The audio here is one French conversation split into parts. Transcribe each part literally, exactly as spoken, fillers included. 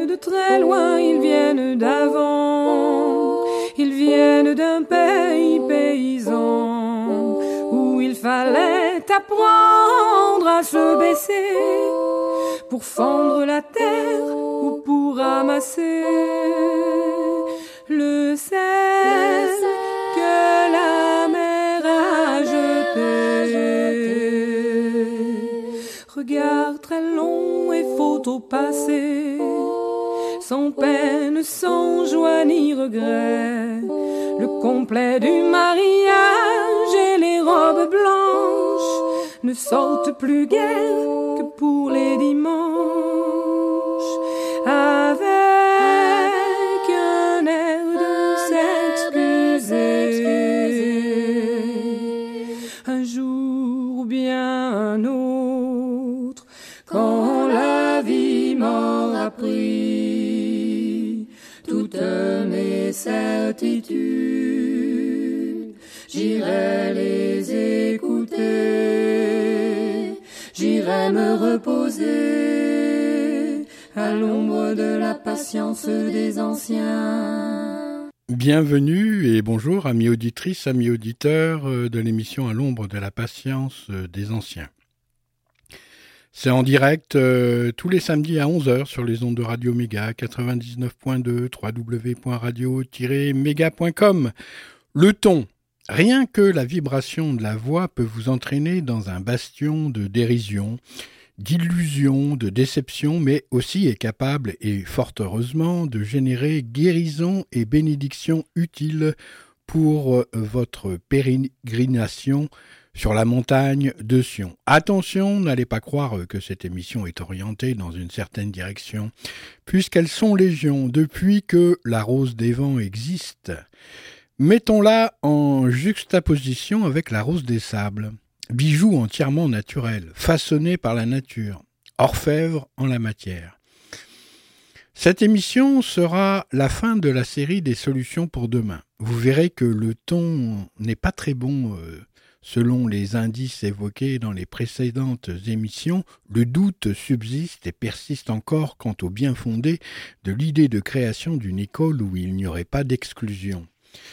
viennent de très loin, ils viennent d'avant, ils viennent d'un pays paysan où il fallait apprendre à se baisser pour fendre la terre ou pour ramasser le sel que la mer a jeté. Regard très long et faut au passé, sans peine, sans joie ni regret, le complet du mariage et les robes blanches ne sortent plus guère que pour les dimanches, avec un air de s'excuser. Un jour ou bien un autre, quand la vie m'aura pris toutes mes certitudes, j'irai les écouter, j'irai me reposer à l'ombre de la patience des anciens. Bienvenue et bonjour amis auditrices, amis auditeurs de l'émission À l'ombre de la patience des anciens. C'est en direct euh, tous les samedis à onze heures sur les ondes de Radio Méga quatre-vingt-dix-neuf point deux, w w w point radio tiret méga point com. Le ton. Rien que la vibration de la voix peut vous entraîner dans un bastion de dérision, d'illusion, de déception, mais aussi est capable, et fort heureusement, de générer guérison et bénédiction utiles pour votre pérégrination sur la montagne de Sion. Attention, n'allez pas croire que cette émission est orientée dans une certaine direction, puisqu'elles sont légion depuis que la rose des vents existe. Mettons-la en juxtaposition avec la rose des sables, bijou entièrement naturel, façonné par la nature, orfèvre en la matière. Cette émission sera la fin de la série des solutions pour demain. Vous verrez que le ton n'est pas très bon euh, selon les indices évoqués dans les précédentes émissions. Le doute subsiste et persiste encore quant au bien fondé de l'idée de création d'une école où il n'y aurait pas d'exclusion.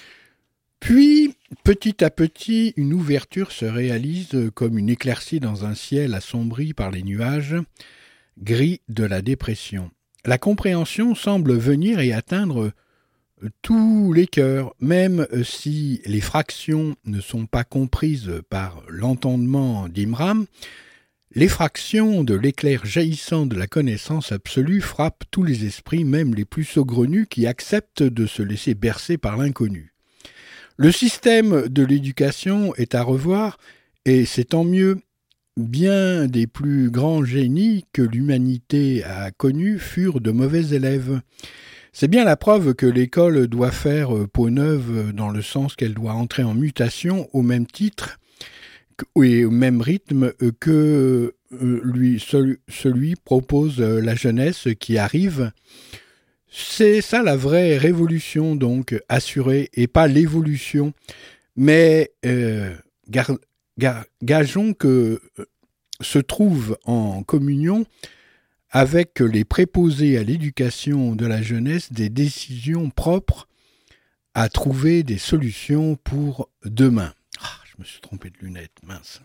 Puis, petit à petit, une ouverture se réalise comme une éclaircie dans un ciel assombri par les nuages gris de la dépression. La compréhension semble venir et atteindre tous les cœurs, même si les fractions ne sont pas comprises par l'entendement d'Imram. Les fractions de l'éclair jaillissant de la connaissance absolue frappent tous les esprits, même les plus saugrenus, qui acceptent de se laisser bercer par l'inconnu. Le système de l'éducation est à revoir, et c'est tant mieux. Bien des plus grands génies que l'humanité a connus furent de mauvais élèves. C'est bien la preuve que l'école doit faire peau neuve dans le sens qu'elle doit entrer en mutation au même titre et au même rythme que lui, celui propose la jeunesse qui arrive. C'est ça la vraie révolution, donc, assurée, et pas l'évolution. Mais euh, gar, gar, gageons que euh, se trouve en communion avec les préposés à l'éducation de la jeunesse des décisions propres à trouver des solutions pour demain. Ah, je me suis trompé de lunettes, mince.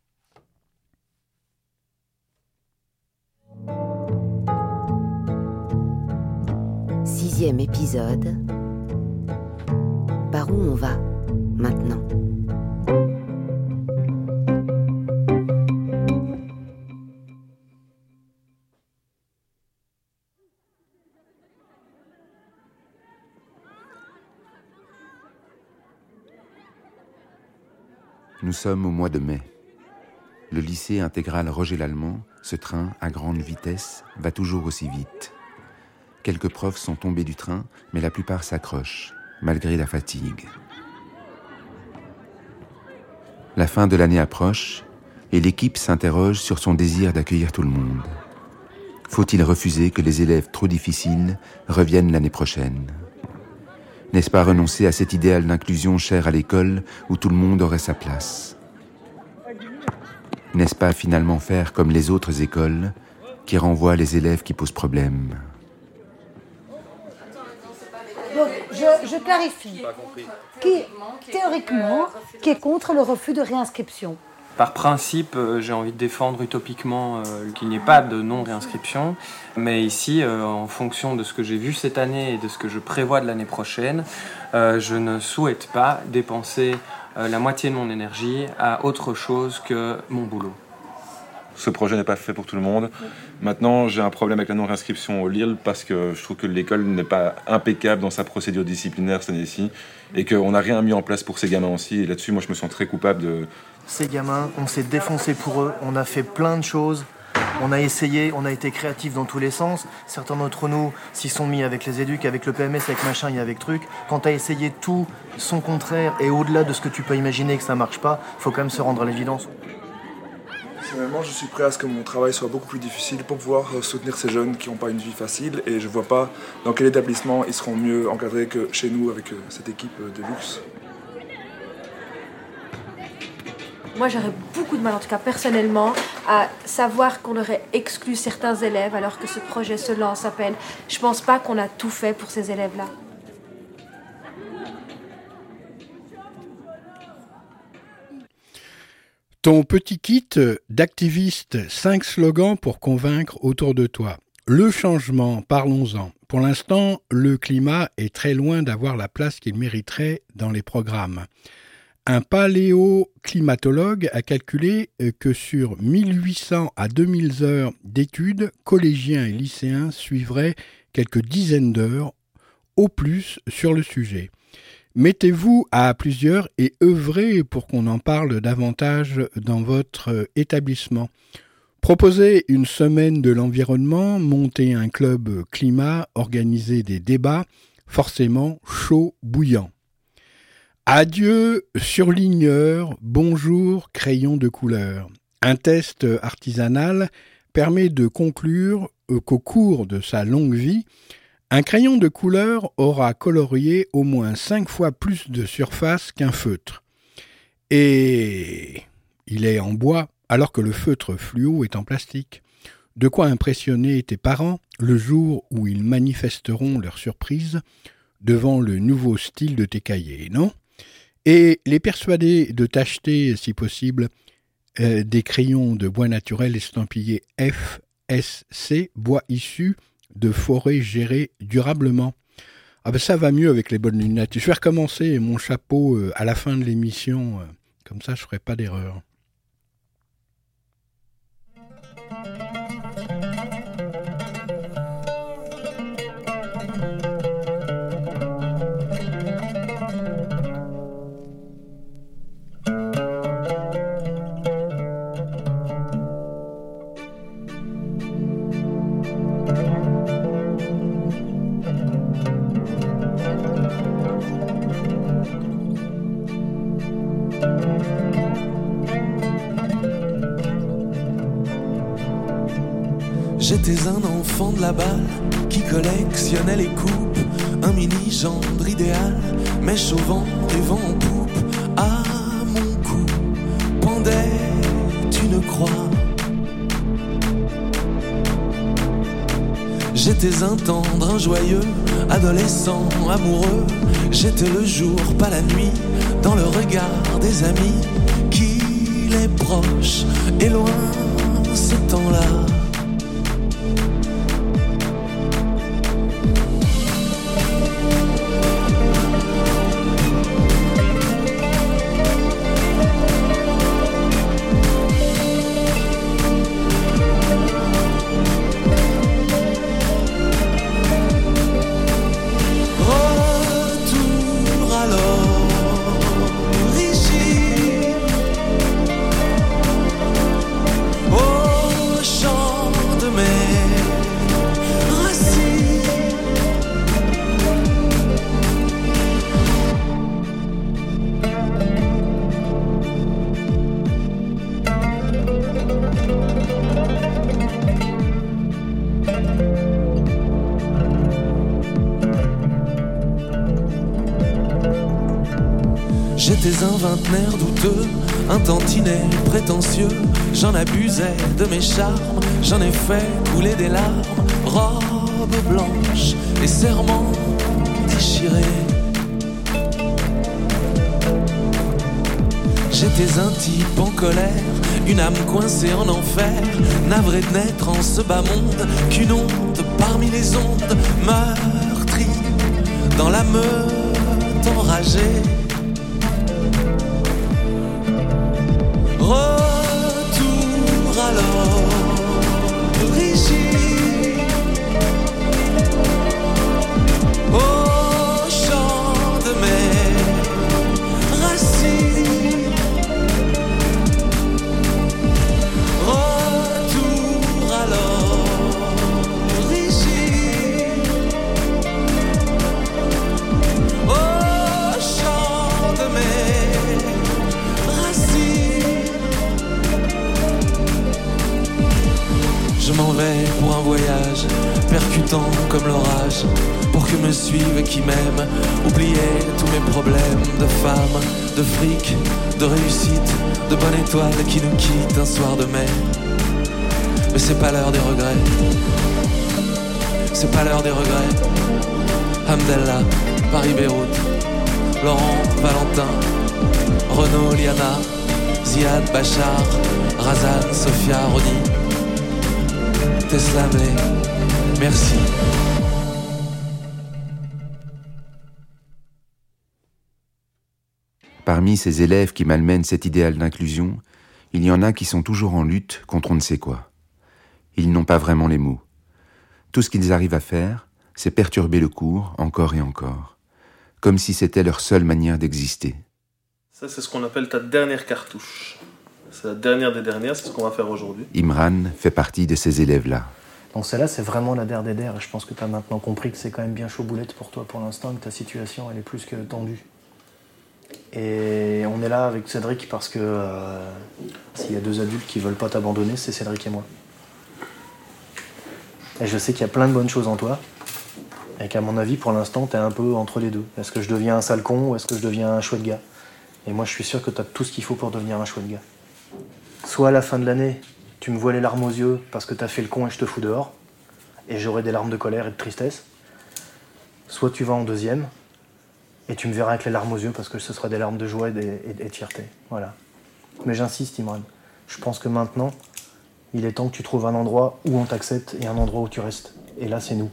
Sixième épisode. Par où on va maintenant ? Nous sommes au mois de mai. Le lycée intégral Roger Lallemand, ce train à grande vitesse, va toujours aussi vite. Quelques profs sont tombés du train, mais la plupart s'accrochent, malgré la fatigue. La fin de l'année approche, et l'équipe s'interroge sur son désir d'accueillir tout le monde. Faut-il refuser que les élèves trop difficiles reviennent l'année prochaine ? N'est-ce pas renoncer à cet idéal d'inclusion cher à l'école où tout le monde aurait sa place ? N'est-ce pas finalement faire comme les autres écoles qui renvoient les élèves qui posent problème ? je, je clarifie. Qui, théoriquement, qui est contre le refus de réinscription. Par principe, euh, j'ai envie de défendre utopiquement euh, qu'il n'y ait pas de non-réinscription. Mais ici, euh, en fonction de ce que j'ai vu cette année et de ce que je prévois de l'année prochaine, euh, je ne souhaite pas dépenser euh, la moitié de mon énergie à autre chose que mon boulot. Ce projet n'est pas fait pour tout le monde. Maintenant, j'ai un problème avec la non-réinscription au L I L parce que je trouve que l'école n'est pas impeccable dans sa procédure disciplinaire cette année-ci et qu'on n'a rien mis en place pour ces gamins aussi. Et là-dessus, moi, je me sens très coupable de... Ces gamins, on s'est défoncé pour eux, on a fait plein de choses, on a essayé, on a été créatifs dans tous les sens. Certains d'entre nous s'y sont mis avec les éducs, avec le P M S, avec machin et avec truc. Quand t'as essayé tout, son contraire et au-delà de ce que tu peux imaginer que ça marche pas, faut quand même se rendre à l'évidence. Personnellement, je suis prêt à ce que mon travail soit beaucoup plus difficile pour pouvoir soutenir ces jeunes qui n'ont pas une vie facile et je vois pas dans quel établissement ils seront mieux encadrés que chez nous avec cette équipe de luxe. Moi, j'aurais beaucoup de mal, en tout cas personnellement, à savoir qu'on aurait exclu certains élèves alors que ce projet se lance à peine. Je pense pas qu'on a tout fait pour ces élèves-là. Ton petit kit d'activiste, cinq slogans pour convaincre autour de toi. Le changement, parlons-en. Pour l'instant, le climat est très loin d'avoir la place qu'il mériterait dans les programmes. Un paléoclimatologue a calculé que sur mille huit cents à deux mille heures d'études, collégiens et lycéens suivraient quelques dizaines d'heures au plus sur le sujet. Mettez-vous à plusieurs et œuvrez pour qu'on en parle davantage dans votre établissement. Proposez une semaine de l'environnement, montez un club climat, organisez des débats, forcément chauds, bouillants. Adieu surligneur, bonjour crayon de couleur. Un test artisanal permet de conclure qu'au cours de sa longue vie, un crayon de couleur aura colorié au moins cinq fois plus de surface qu'un feutre. Et il est en bois alors que le feutre fluo est en plastique. De quoi impressionner tes parents le jour où ils manifesteront leur surprise devant le nouveau style de tes cahiers, non ? Et les persuader de t'acheter, si possible, euh, des crayons de bois naturel estampillés F S C, bois issu de forêts gérées durablement. Ah ben ça va mieux avec les bonnes lunettes. Je vais recommencer mon chapeau euh, à la fin de l'émission, euh, comme ça je ne ferai pas d'erreur. J'étais un enfant de la balle qui collectionnait les coupes, un mini-gendre idéal, mèche au vent et vent en poupe. À mon cou pendait une croix. J'étais un tendre, un joyeux, adolescent, amoureux. J'étais le jour, pas la nuit, dans le regard des amis. Qu'il est proche et loin ce temps-là. J'étais un vingtenaire douteux, un tantinet prétentieux. J'en abusais de mes charmes, j'en ai fait couler des larmes. Robe blanche et serment déchiré. J'étais un type en colère, une âme coincée en enfer, navré de naître en ce bas monde, qu'une onde parmi les ondes, meurtrie dans la meute enragée. Retour à l'origine, au chant de mes racines. Retour à l'origine, au chant de mes racines. Je m'en vais pour un voyage percutant comme l'orage, pour que me suivent qui m'aiment, oublier tous mes problèmes de femme, de fric, de réussite, de bonne étoile qui nous quitte un soir de mai. Mais c'est pas l'heure des regrets, c'est pas l'heure des regrets. Hamdallah, Paris-Beyrouth, Laurent, Valentin, Renaud, Liana, Ziad, Bachar, Razan, Sophia, Roni, Teslamé, merci. Parmi ces élèves qui malmènent cet idéal d'inclusion, il y en a qui sont toujours en lutte contre on ne sait quoi. Ils n'ont pas vraiment les mots. Tout ce qu'ils arrivent à faire, c'est perturber le cours encore et encore, comme si c'était leur seule manière d'exister. Ça, c'est ce qu'on appelle ta dernière cartouche. C'est la dernière des dernières, c'est ce qu'on va faire aujourd'hui. Imran fait partie de ces élèves-là. Donc celle-là, c'est vraiment la der des der. Je pense que tu as maintenant compris que c'est quand même bien chaud boulette pour toi pour l'instant, que ta situation, elle est plus que tendue. Et on est là avec Cédric parce que euh, s'il y a deux adultes qui veulent pas t'abandonner, c'est Cédric et moi. Et je sais qu'il y a plein de bonnes choses en toi, et qu'à mon avis, pour l'instant, t'es un peu entre les deux. Est-ce que je deviens un sale con ou est-ce que je deviens un chouette gars? Et moi, je suis sûr que t'as tout ce qu'il faut pour devenir un chouette gars. Soit à la fin de l'année, tu me vois les larmes aux yeux parce que t'as fait le con et je te fous dehors, et j'aurai des larmes de colère et de tristesse. Soit tu vas en deuxième, et tu me verras avec les larmes aux yeux parce que ce sera des larmes de joie et de, et de fierté. Voilà. Mais j'insiste, Imran. Je pense que maintenant, il est temps que tu trouves un endroit où on t'accepte et un endroit où tu restes. Et là, c'est nous.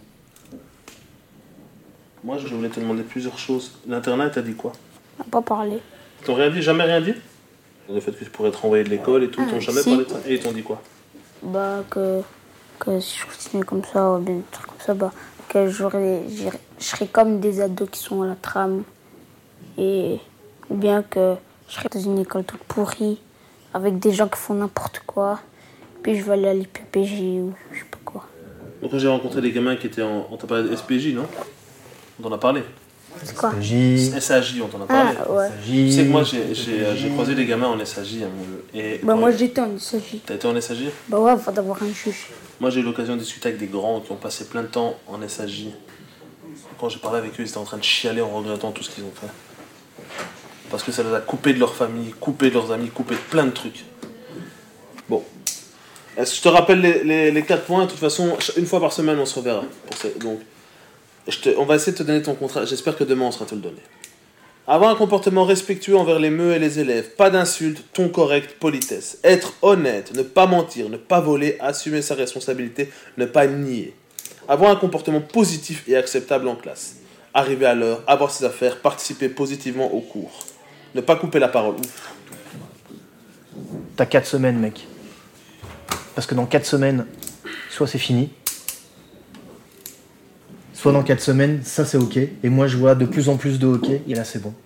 Moi, je voulais te demander plusieurs choses. L'internat, t'as dit quoi? On n'a pas parlé. Ils t'ont rien dit? Jamais rien dit? Le fait que tu pourrais être renvoyé de l'école et tout, ils t'ont Ah, jamais si. parlé de ça? Et ils t'ont dit quoi? Bah, que, que si je continue comme ça, ou bien des trucs comme ça, bah, que j'aurais, j'irais- je serais comme des ados qui sont à la trame. Et, ou bien que je serais dans une école toute pourrie, avec des gens qui font n'importe quoi. Puis je vais aller à l'I P P J ou je sais pas quoi. Donc j'ai rencontré des gamins qui étaient en... On t'a parlé de S P J, non? On t'en a parlé. C'est quoi? S A J, on t'en a parlé. Ah, ouais. Tu sais que moi, j'ai, j'ai, j'ai croisé des gamins en S A J. hein, et Bah, quand- moi j'étais en S A J. T'as été en S A J? Bah, ouais, faut d'avoir un juge. Moi, j'ai eu l'occasion de discuter avec des grands qui ont passé plein de temps en S A J. Quand j'ai parlé avec eux, ils étaient en train de chialer en regrettant tout ce qu'ils ont fait. Parce que ça les a coupés de leur famille, coupés de leurs amis, coupés de plein de trucs. Bon. Est-ce que je te rappelle les, les, les quatre points? De toute façon, une fois par semaine, on se reverra. Pour ces- donc, je te, on va essayer de te donner ton contrat. J'espère que demain, on sera te le donner. Avoir un comportement respectueux envers les meux et les élèves. Pas d'insultes, ton correct, politesse. Être honnête, ne pas mentir, ne pas voler, assumer sa responsabilité, ne pas nier. Avoir un comportement positif et acceptable en classe. Arriver à l'heure, avoir ses affaires, participer positivement au cours. Ne pas couper la parole. Ouf. T'as quatre semaines, mec. Parce que dans quatre semaines, soit c'est fini, soit dans quatre semaines, ça c'est ok. Et moi, je vois de plus en plus de hockey, et là c'est bon.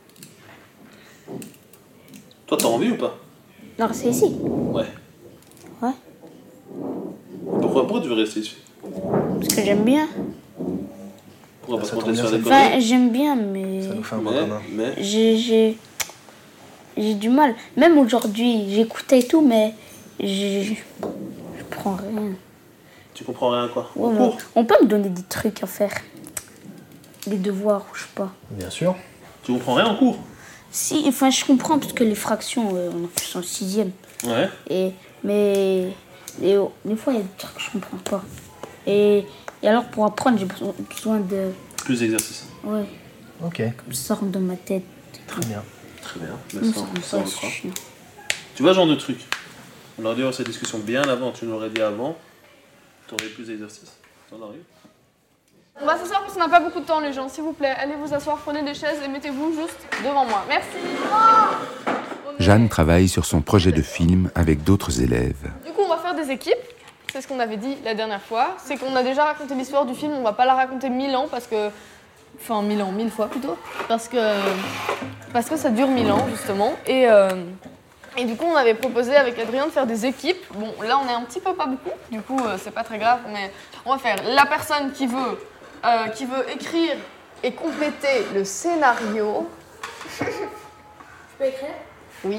Toi, t'as envie ou pas? Non, c'est ici. Ouais. Ouais. Pourquoi, pourquoi tu veux rester ici? Parce que j'aime bien. Pourquoi pas Ça te tombe bien, faire ça des me Enfin, conneries? j'aime bien, mais. Ça nous fait un point Mais, commun. mais, J'ai, j'ai, j'ai du mal. Même aujourd'hui, j'écoutais et tout, mais je, je prends rien. tu comprends rien à quoi? Ouais, Au mais cours. on peut me donner des trucs à faire. Des devoirs, ou je sais pas. Bien sûr. Tu comprends rien en cours? Si, enfin, je comprends parce que les fractions, euh, on a fait ça en sixième. Ouais. Et, mais et, oh, des fois, il y a des trucs que je comprends pas. Et, et alors, pour apprendre, j'ai besoin, besoin de. Plus d'exercices. Ouais. Ok. Comme ça sort de ma tête. Très bien. Très bien. Non, Ça, c'est ça, pas on le fera. chiant. Tu vois, ce genre de truc. On aurait dû avoir cette discussion bien avant. Tu nous l'aurais dit avant. Tu aurais plus d'exercices. Ça en arrive. On va s'asseoir parce qu'on n'a pas beaucoup de temps, les gens. S'il vous plaît, allez vous asseoir, prenez des chaises et mettez-vous juste devant moi. Merci. Jeanne travaille sur son projet de film avec d'autres élèves. Du coup, on va faire des équipes. C'est ce qu'on avait dit la dernière fois. C'est qu'on a déjà raconté l'histoire du film. On va pas la raconter mille ans parce que... Enfin, mille ans, mille fois plutôt. Parce que... Parce que ça dure mille ans, justement. Et... Euh... Et du coup, on avait proposé avec Adrien de faire des équipes. Bon, là, on est un petit peu pas beaucoup. Du coup, euh, c'est pas très grave. Mais on va faire la personne qui veut... Euh, qui veut écrire et compléter le scénario. Je peux écrire? Oui.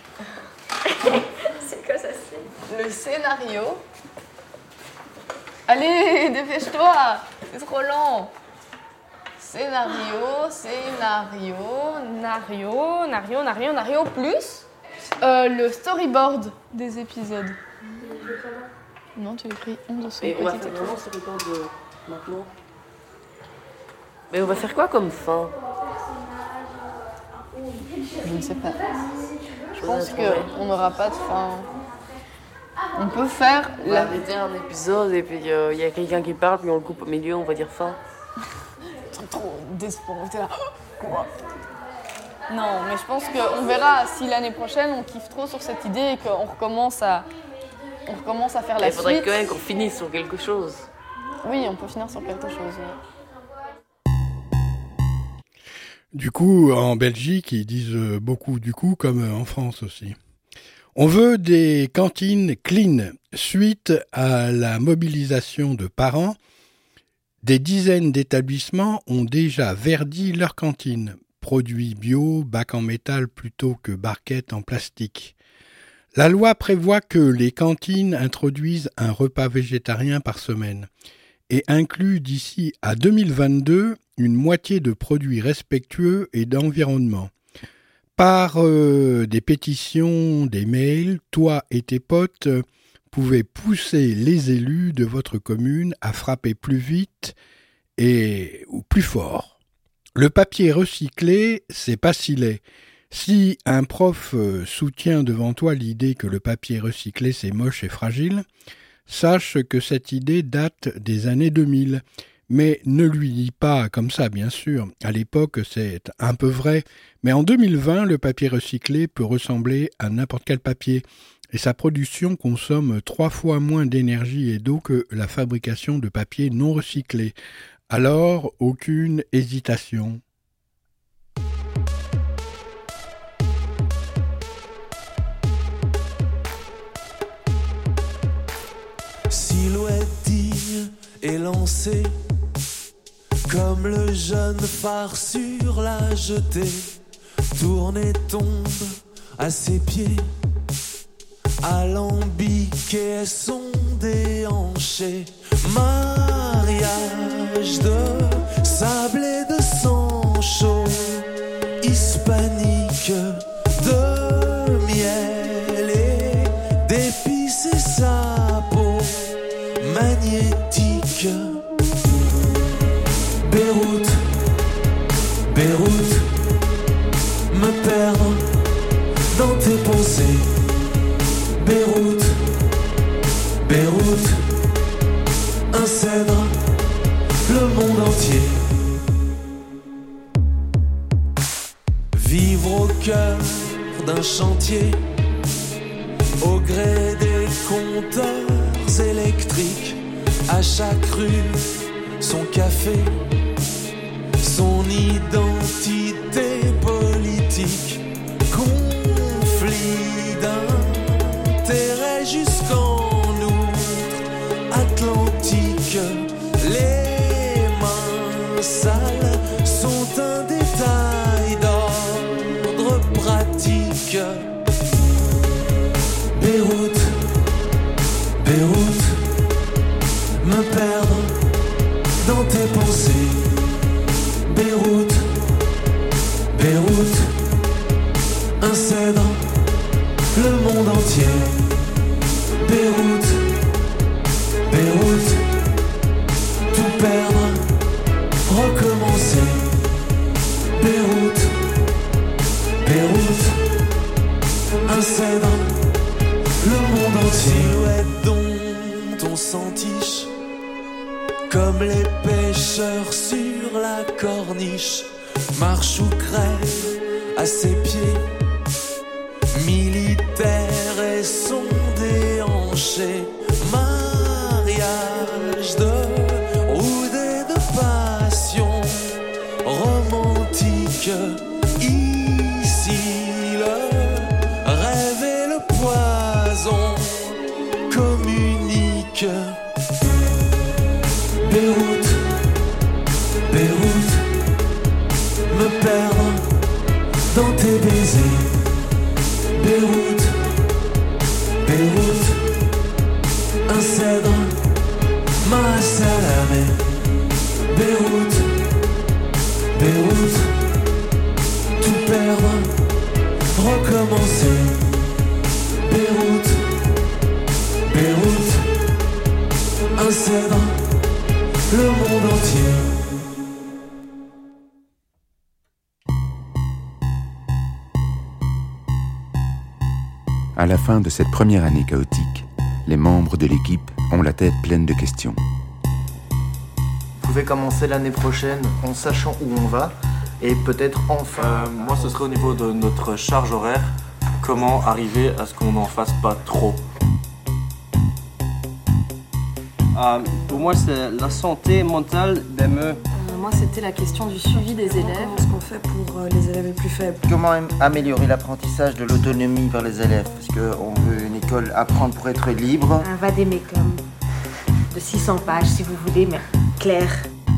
C'est quoi ça, c'est? Le scénario. Allez, dépêche-toi, c'est trop lent. Scénario, scénario, nario, nario, nario, nario, plus euh, le storyboard des épisodes. Non, tu écris onze sur Et on va faire vraiment le storyboard de maintenant. Mais on va faire quoi comme fin? Je ne sais pas. Je pense qu'on n'aura pas de fin. On peut faire... On va arrêter un épisode et puis il euh, y a quelqu'un qui parle, puis on le coupe au milieu, on va dire fin. Trop, trop d'espoir, t'es là. Quoi? Non, mais je pense qu'on verra si l'année prochaine on kiffe trop sur cette idée et qu'on recommence à, on recommence à faire la suite. Il faudrait suite. quand même qu'on finisse sur quelque chose. Oui, on peut finir sur quelque chose. Oui. Du coup, en Belgique, ils disent beaucoup du coup, comme en France aussi. On veut des cantines clean. Suite à la mobilisation de parents, des dizaines d'établissements ont déjà verdi leurs cantines. Produits bio, bacs en métal plutôt que barquettes en plastique. La loi prévoit que les cantines introduisent un repas végétarien par semaine et inclut d'ici à deux mille vingt-deux une moitié de produits respectueux et d'environnement. Par euh, des pétitions, des mails, toi et tes potes euh, pouvez pousser les élus de votre commune à frapper plus vite et ou plus fort. Le papier recyclé, c'est pas si laid. Si un prof euh, soutient devant toi l'idée que le papier recyclé c'est moche et fragile, sache que cette idée date des années deux mille. Mais ne lui dis pas comme ça, bien sûr. À l'époque, c'est un peu vrai. Mais en deux mille vingt, le papier recyclé peut ressembler à n'importe quel papier. Et sa production consomme trois fois moins d'énergie et d'eau que la fabrication de papier non recyclé. Alors, aucune hésitation. Silhouette digne et lancée, comme le jeune phare sur la jetée, tourne et tombe à ses pieds, alambiqué son déhanché, mariage de sable et de sang chaud, hispanique de miel et d'épices et sa peau magnétique. Beyrouth, Beyrouth, me perdre dans tes pensées. Beyrouth, Beyrouth, un cèdre, le monde entier. Vivre au cœur d'un chantier, au gré des compteurs électriques, à chaque rue son café, son identité politique, conflit d'intérêt jusqu'en outre-Atlantique. Les mains sales sont un détail d'ordre pratique. Beyrouth, Beyrouth, me perdre dans tes pensées. Beyrouth, Beyrouth, un cèdre, le monde entier. Beyrouth, Beyrouth, tout perdre, recommencer. comme les pêcheurs sur la corniche, marche ou crève à ses pieds, militaire et son déhanché, mariage de rude et de passion, romantique, ici le rêve et le poison communiquent. Beyrouth, Beyrouth, me perdre dans tes baisers. Beyrouth, Beyrouth, un cèdre m'a salamé. Beyrouth, Beyrouth, tout perdre, recommencer. Beyrouth, Beyrouth, un cèdre, le monde entier. À la fin de cette première année chaotique, les membres de l'équipe ont la tête pleine de questions. Vous pouvez commencer l'année prochaine en sachant où on va et peut-être enfin... Euh, moi, ce serait au niveau de notre charge horaire. Comment arriver à ce qu'on n'en fasse pas trop? Euh, pour moi, c'est la santé mentale des meufs. Euh, moi, c'était la question du suivi des élèves. Comment ce qu'on fait pour euh, les élèves les plus faibles? Comment améliorer l'apprentissage de l'autonomie par les élèves? Parce qu'on veut une école apprendre pour être libre. Un vadémécum de six cents pages, si vous voulez, mais clair.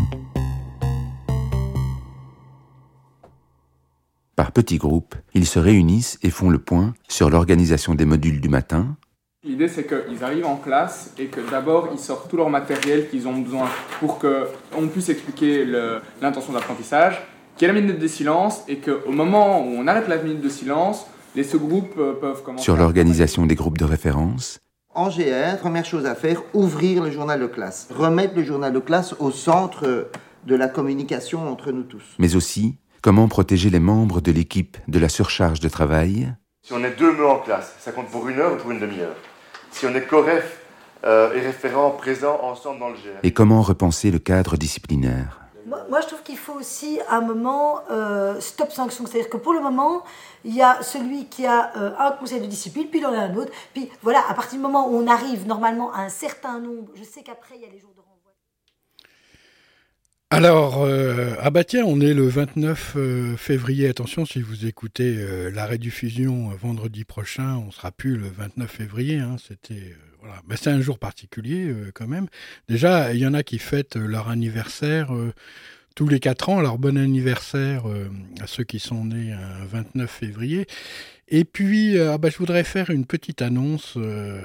Par petits groupes, ils se réunissent et font le point sur l'organisation des modules du matin. L'idée, c'est qu'ils arrivent en classe et que d'abord, ils sortent tout leur matériel qu'ils ont besoin pour qu'on puisse expliquer le, l'intention d'apprentissage, qu'il y ait la minute de silence et qu'au moment où on arrête la minute de silence, les sous-groupes peuvent commencer... Sur l'organisation des groupes de référence. En G R, première chose à faire, ouvrir le journal de classe. Remettre le journal de classe au centre de la communication entre nous tous. Mais aussi, comment protéger les membres de l'équipe de la surcharge de travail. Si on est deux mots en classe, ça compte pour une heure ou pour une demi-heure. Si on est corref euh, et référent présents ensemble dans le G R. Et comment repenser le cadre disciplinaire. Moi, moi je trouve qu'il faut aussi à un moment euh, stop sanction. C'est-à-dire que pour le moment, il y a celui qui a euh, un conseil de discipline, puis il en a un autre. Puis voilà, à partir du moment où on arrive normalement à un certain nombre, je sais qu'après il y a les jours de renvoi. Alors, euh, ah bah tiens, on est le vingt-neuf euh, février. Attention, si vous écoutez euh, la rediffusion euh, vendredi prochain, on sera plus le vingt-neuf février. Hein, c'était euh, voilà, bah, c'est un jour particulier euh, quand même. Déjà, il y en a qui fêtent euh, leur anniversaire euh, tous les quatre ans. Alors bon anniversaire euh, à ceux qui sont nés un vingt-neuf février. Et puis, euh, ah bah, je voudrais faire une petite annonce euh,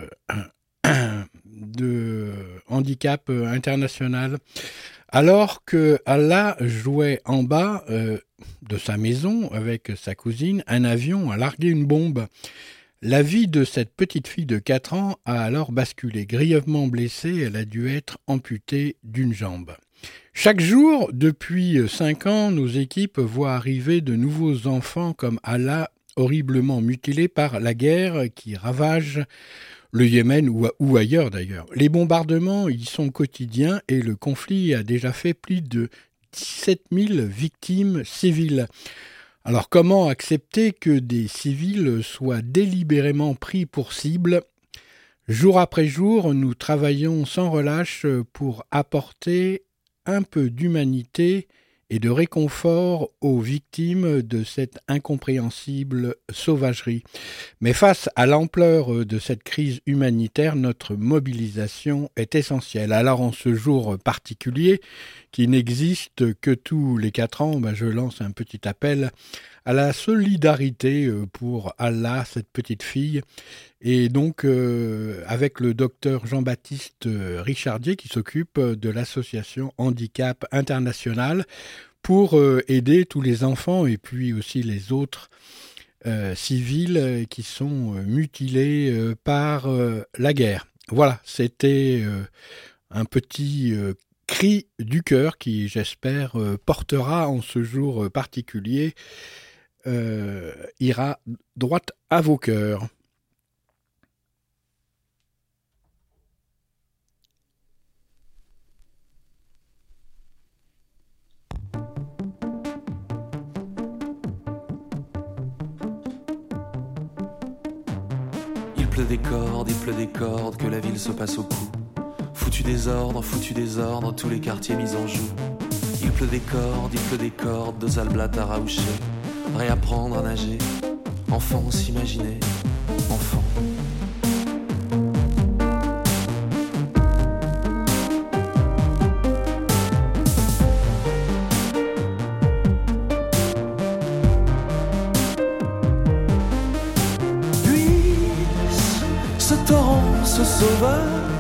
de handicap euh, international. Alors que Allah jouait en bas euh, de sa maison avec sa cousine, un avion a largué une bombe. La vie de cette petite fille de quatre ans a alors basculé. Grièvement blessée, elle a dû être amputée d'une jambe. Chaque jour, depuis cinq ans, nos équipes voient arriver de nouveaux enfants comme Allah, horriblement mutilés par la guerre qui ravage le Yémen ou, ou ailleurs d'ailleurs. Les bombardements y sont quotidiens et le conflit a déjà fait plus de dix-sept mille victimes civiles. Alors comment accepter que des civils soient délibérément pris pour cible ? Jour après jour, nous travaillons sans relâche pour apporter un peu d'humanité et de réconfort aux victimes de cette incompréhensible sauvagerie. Mais face à l'ampleur de cette crise humanitaire, notre mobilisation est essentielle. Alors en ce jour particulier, qui n'existe que tous les quatre ans, ben je lance un petit appel à la solidarité pour Allah, cette petite fille, et donc euh, avec le docteur Jean-Baptiste Richardier qui s'occupe de l'association Handicap International pour euh, aider tous les enfants et puis aussi les autres euh, civils qui sont euh, mutilés euh, par euh, la guerre. Voilà, c'était euh, un petit euh, cri du cœur qui, j'espère, euh, portera en ce jour particulier, euh, ira droit à vos cœurs. pleut des cordes, il pleut des cordes, que la ville se passe au cou. Foutu désordre, foutu désordre, tous les quartiers mis en joue. Il pleut des cordes, il pleut des cordes, deux alblattes à raoucher. Réapprendre à nager, enfant s'imaginer, enfant. Puisse ce torrent se sauveur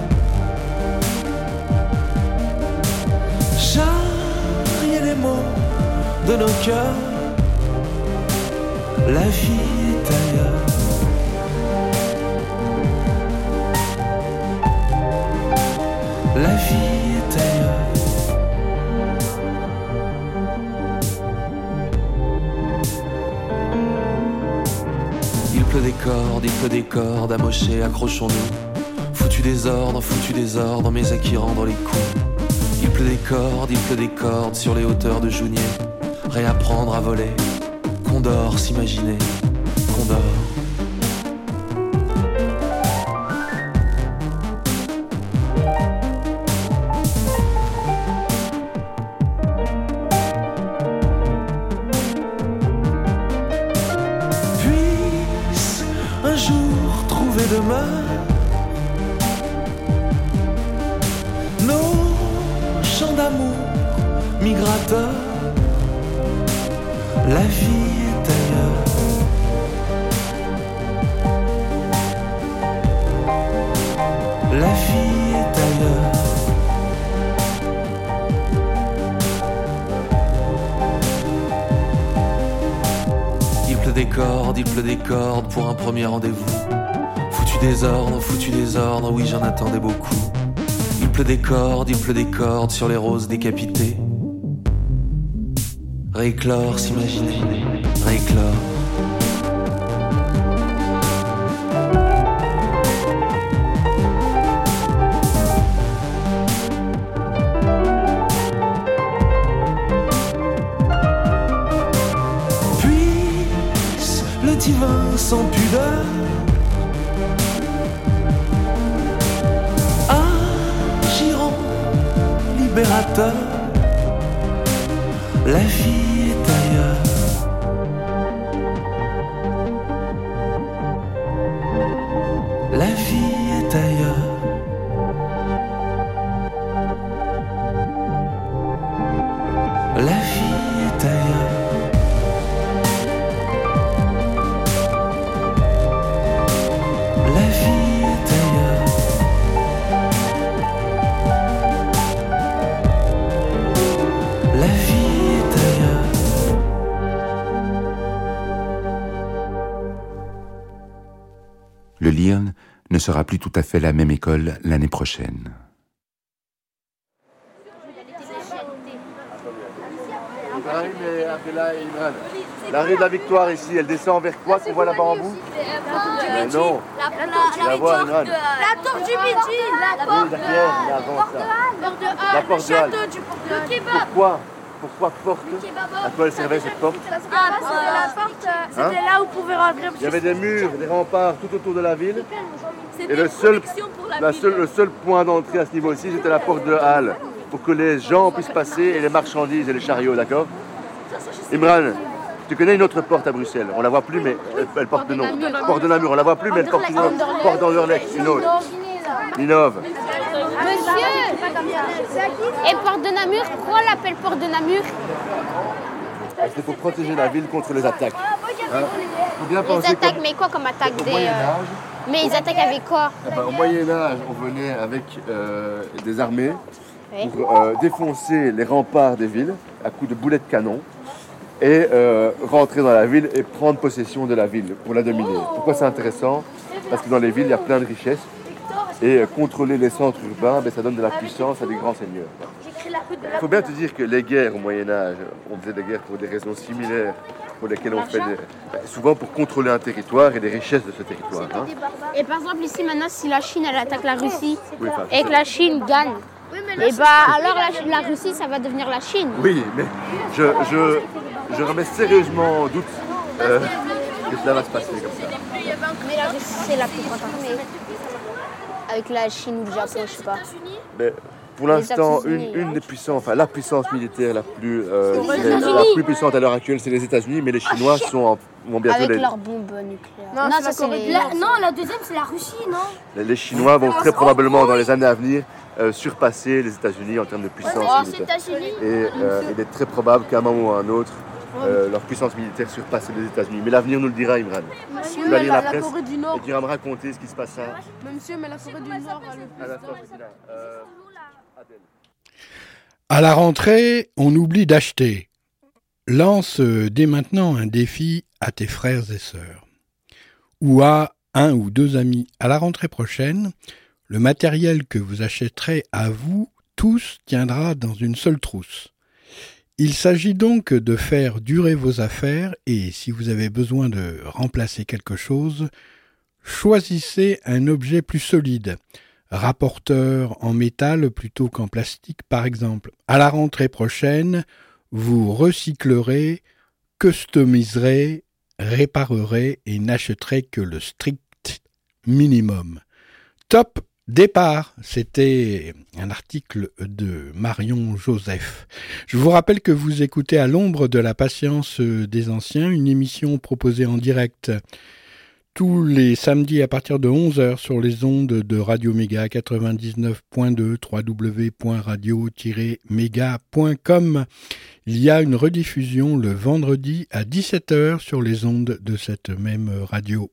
charrier les mots de nos cœurs. La vie est ailleurs. La vie est ailleurs. Il pleut des cordes, il pleut des cordes, amochés, accrochons-nous. Foutu désordre, foutu désordre, mais à qui rendre les coups. Il pleut des cordes, il pleut des cordes sur les hauteurs de Jounier. Réapprendre à voler. Condor, s'imaginer, Condor. Puisse un jour trouver demain nos chants d'amour migrateurs. La vie est ailleurs. La vie est ailleurs. Il pleut des cordes, il pleut des cordes pour un premier rendez-vous. Foutu désordre, foutu désordre, oui j'en attendais beaucoup. Il pleut des cordes, il pleut des cordes sur les roses décapitées. Rééclore, s'imaginer, rééclore. Puisse le divin sans pudeur agir en libérateur. La vie est ailleurs. La vie est ailleurs. La vie est ailleurs. La vie est ailleurs. La vie est ailleurs. Le Liern ne sera plus tout à fait la même école l'année prochaine. L'arrêt de la Victoire ici, elle descend vers quoi qu'on voit là-bas en bout? Mais non. La voie, Imran. La tour du Midi. La porte de Halle. La porte de Halle. Le château du port de Halle. Pourquoi? Pourquoi porte? À quoi elle servait cette porte? Ah, c'était la porte. C'était là où on pouvait rentrer. Il y avait des murs, des remparts tout autour de la ville. Et le seul, la seule, le seul point d'entrée à ce niveau-ci, c'était la porte de Halle, pour que les gens puissent passer et les marchandises et les chariots, d'accord? Imran, tu connais une autre porte à Bruxelles, on la voit plus, mais elle, elle porte de nom. Porte de Namur, on la voit plus, mais elle porte une autre. Porte d'Anderlecht, une autre. Ninove. Monsieur, et porte de Namur, pourquoi on l'appelle porte de Namur? C'est pour protéger la ville contre les attaques. Hein? Faut bien penser Les attaques, comme... mais quoi comme attaque Au des, Moyen-Âge. euh... Mais ils attaquent avec quoi? Eh ben, au Moyen-Âge, on venait avec euh, des armées Oui. pour euh, défoncer les remparts des villes à coups de boulets de canon et euh, rentrer dans la ville et prendre possession de la ville pour la dominer. Pourquoi c'est intéressant? Parce que dans les villes, il y a plein de richesses et euh, contrôler les centres urbains, ben, ça donne de la puissance à des grands seigneurs. Il faut bien te dire que les guerres au Moyen-Âge, on faisait des guerres pour des raisons similaires pour lesquelles on fait des... ben, souvent pour contrôler un territoire et les richesses de ce territoire. Hein. Et par exemple, ici maintenant, si la Chine elle attaque la Russie Oui, enfin, et que la Chine gagne, et bah alors la, la Russie ça va devenir la Chine. Oui, mais je, je, je remets sérieusement en doute euh, que cela va se passer comme ça. Mais la Russie, c'est la plus grande armée. Avec la Chine ou le Japon, je sais pas. Mais pour l'instant, une, une des puissances, enfin la puissance militaire la plus, euh, la, la plus puissante à l'heure actuelle, c'est les États-Unis, mais les Chinois sont en, vont bientôt Avec les... leurs bombes nucléaires. Non, non ça c'est les... la... Non, la deuxième c'est la Russie, non les, les Chinois vont très probablement dans les années à venir euh, surpasser les États-Unis en termes de puissance oh, militaire. Et euh, il est très probable qu'à un moment ou à un autre, euh, leur puissance militaire surpasse les États-Unis. Mais l'avenir nous le dira, Imran. Monsieur, tu vas mais lire la, la presse la Corée du Nord. et tu iras me raconter ce qui se passe là. Mais monsieur, mais la Corée du Nord a le plus. À l'instant, je suis là. Euh, Adèle. À la rentrée, on oublie d'acheter. Lance dès maintenant un défi à tes frères et sœurs. Ou à un ou deux amis. À la rentrée prochaine, le matériel que vous achèterez à vous tous tiendra dans une seule trousse. Il s'agit donc de faire durer vos affaires et si vous avez besoin de remplacer quelque chose, choisissez un objet plus solide. Rapporteur en métal plutôt qu'en plastique par exemple. À la rentrée prochaine, vous recyclerez, customiserez, réparerez et n'achèterez que le strict minimum. Top départ, c'était un article de Marion Joseph. Je vous rappelle que vous écoutez À l'ombre de la patience des anciens, une émission proposée en direct tous les samedis à partir de onze heures sur les ondes de Radio Méga quatre-vingt-dix-neuf point deux, w w w point radio tiret méga point com. Il y a une rediffusion le vendredi à dix-sept heures sur les ondes de cette même radio.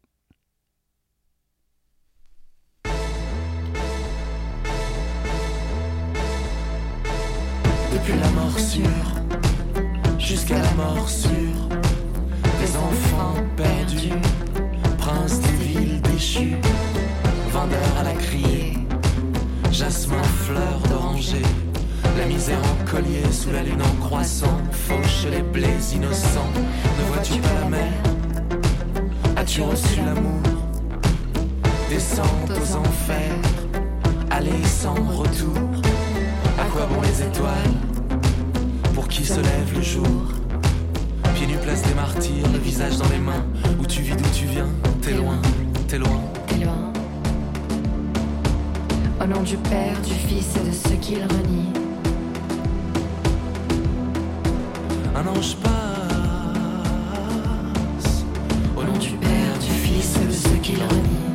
Depuis la morsure jusqu'à la morsure, les enfants perdus, prince des villes déchues, vendeur à la criée, jasmin, fleur d'oranger, la misère en collier sous la lune en croissant, fauche les blés innocents. Ne vois-tu pas la mer? As-tu reçu l'amour? Descente aux enfers, aller sans retour. À quoi bon les étoiles? Pour qui se lève le jour? Pieds nus place des martyrs, le visage dans les mains. Où tu vis, d'où tu viens? T'es loin, t'es loin, t'es loin. Au nom du Père, du Fils et de ceux qui le renient. Un ange passe. Au nom du Père, du Fils et de ceux qui le renient.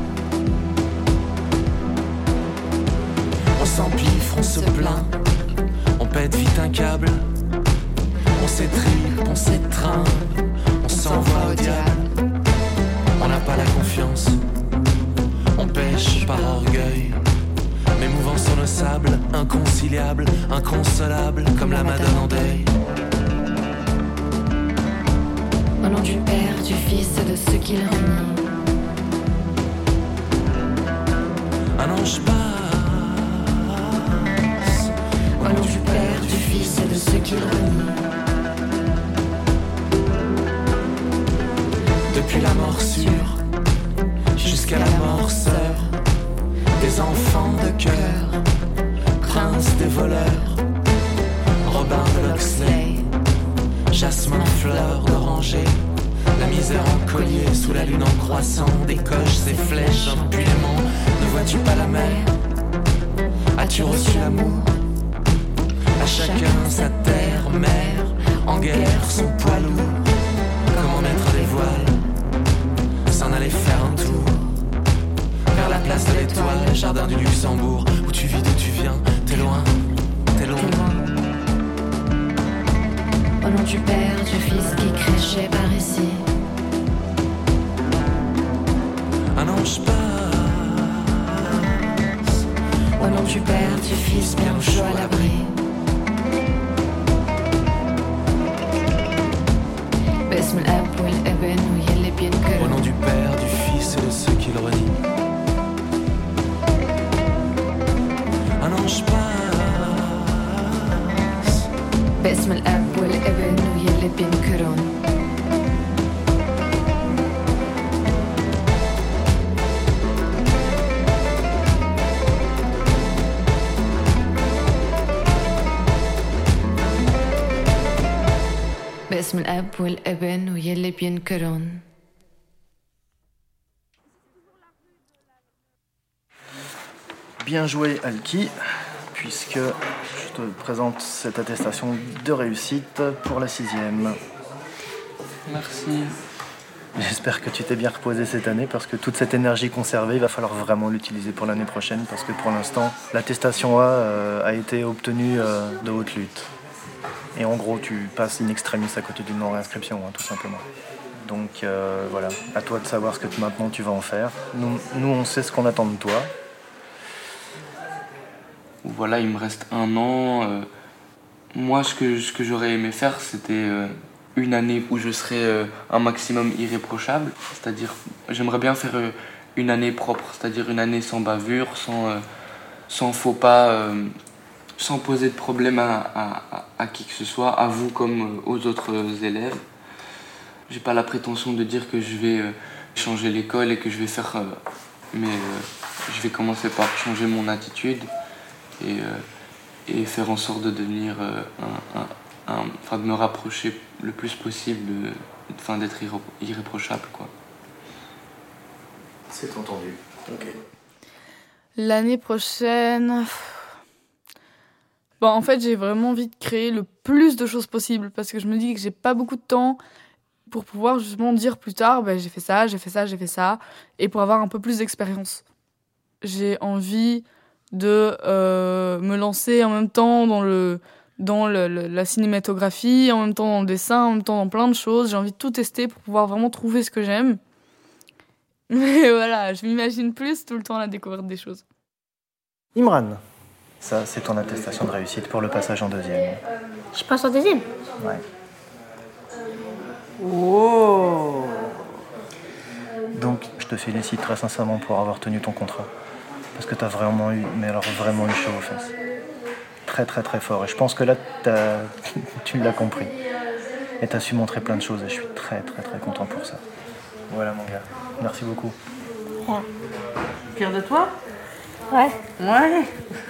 On s'empifre, on se plaint, on pète vite un câble, on s'étripe, on s'étreint, on s'envoie au diable. On n'a pas la confiance, on pêche par orgueil, mais mouvant sur nos sables, inconciliable, inconsolable, comme la Madone en deuil. Au nom du Père, du Fils et de ceux qui le renient. Un ange passe. Au nom du Père, du Fils et de ceux qui le renient. Depuis la morsure jusqu'à la morseur, des enfants de cœur, prince des voleurs, Robin de Locksley, jasmin, fleur d'oranger, la misère en collier sous la lune en croissant, décoche ses flèches impunément. Ne vois-tu pas la mer? As-tu reçu l'amour? À chacun sa terre, mère, en guerre son poids lourd. Comment mettre des voiles, s'en aller faire un tour vers la place de l'Étoile, le jardin du Luxembourg. Où tu vis, d'où tu viens, t'es loin, t'es loin. Au nom du Père, du Fils qui crachait par ici. Un ange passe. Au nom du Père, du Fils bien au chaud à l'abri. Au nom du Père, du Fils et de ceux qui le renient. Un ange passe. باسم الأب والابن ويلي بينكرون. باسم الأب والابن ويلي بينكرون. Bien joué, Alki, puisque je te présente cette attestation de réussite pour la sixième. Merci. J'espère que tu t'es bien reposé cette année, parce que toute cette énergie conservée, il va falloir vraiment l'utiliser pour l'année prochaine, parce que pour l'instant, l'attestation A euh, a été obtenue euh, de haute lutte. Et en gros, tu passes in extremis à côté d'une non-réinscription, hein, tout simplement. Donc euh, voilà, à toi de savoir ce que maintenant tu vas en faire. Nous, nous on sait ce qu'on attend de toi. Voilà, il me reste un an. Euh, moi, ce que, ce que j'aurais aimé faire, c'était euh, une année où je serais euh, un maximum irréprochable. C'est-à-dire, j'aimerais bien faire euh, une année propre, c'est-à-dire une année sans bavure, sans, euh, sans faux pas, euh, sans poser de problème à, à, à qui que ce soit, à vous comme aux autres élèves. J'ai pas la prétention de dire que je vais euh, changer l'école et que je vais faire... Euh, mais euh, je vais commencer par changer mon attitude et, euh, et faire en sorte de devenir... Euh, un, un, un, enfin, de me rapprocher le plus possible, de, enfin, d'être irré irréprochable, quoi. C'est entendu. Ok. L'année prochaine... Bon, en fait, j'ai vraiment envie de créer le plus de choses possible parce que je me dis que j'ai pas beaucoup de temps pour pouvoir justement dire plus tard, ben, j'ai fait ça, j'ai fait ça, j'ai fait ça, et pour avoir un peu plus d'expérience. J'ai envie de euh, me lancer en même temps dans, le, dans le, le, la cinématographie, en même temps dans le dessin, en même temps dans plein de choses. J'ai envie de tout tester pour pouvoir vraiment trouver ce que j'aime. Mais voilà, je m'imagine plus tout le temps à la découverte des choses. Imran, ça c'est ton attestation de réussite pour le passage en deuxième. Je passe en deuxième? Ouais. Oh. Donc, je te félicite très sincèrement pour avoir tenu ton contrat. Parce que t'as vraiment eu, mais alors vraiment eu chaud aux fesses. Très très très fort. Et je pense que là, t'as, tu l'as compris. Et t'as su montrer plein de choses et je suis très très très content pour ça. Voilà mon gars. Merci beaucoup. Ouais. Fier de toi? Ouais. Ouais.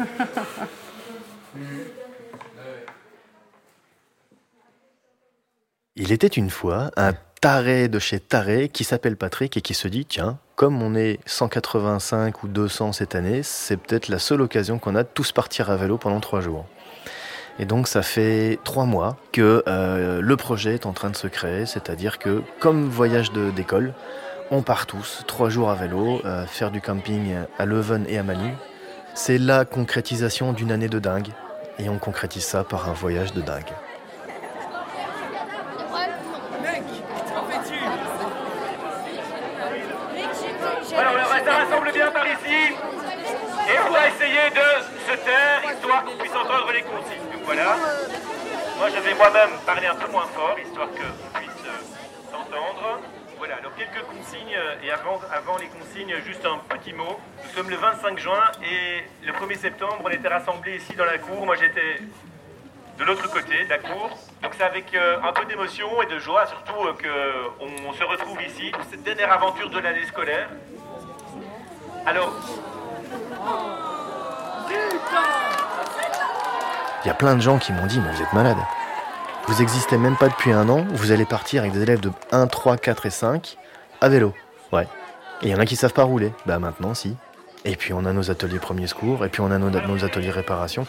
Il était une fois un taré de chez taré qui s'appelle Patrick et qui se dit, tiens, comme on est cent quatre-vingt-cinq ou deux cents cette année, c'est peut-être la seule occasion qu'on a de tous partir à vélo pendant trois jours. Et donc ça fait trois mois que euh, le projet est en train de se créer, c'est-à-dire que comme voyage de, d'école, on part tous, trois jours à vélo, euh, faire du camping à Leuven et à Manu. C'est la concrétisation d'une année de dingue, et on concrétise ça par un voyage de dingue. Voilà, on reste rassemble bien par ici. Et on va essayer de se taire, histoire qu'on puisse entendre les consignes. Donc voilà. Moi, je vais moi-même parler un peu moins fort, histoire qu'on puisse euh, s'entendre. Voilà, alors quelques consignes. Et avant, avant les consignes, juste un petit mot. Nous sommes le vingt-cinq juin et le premier septembre, on était rassemblés ici dans la cour. Moi, j'étais de l'autre côté de la cour. Donc c'est avec euh, un peu d'émotion et de joie, surtout euh, qu'on se retrouve ici pour cette dernière aventure de l'année scolaire. Alors... Il y a plein de gens qui m'ont dit, mais vous êtes malade. Vous existez même pas depuis un an, vous allez partir avec des élèves de un, trois, quatre et cinq à vélo. Ouais. Et il y en a qui savent pas rouler. Bah maintenant, si. Et puis on a nos ateliers premiers secours, et puis on a nos, nos ateliers réparation.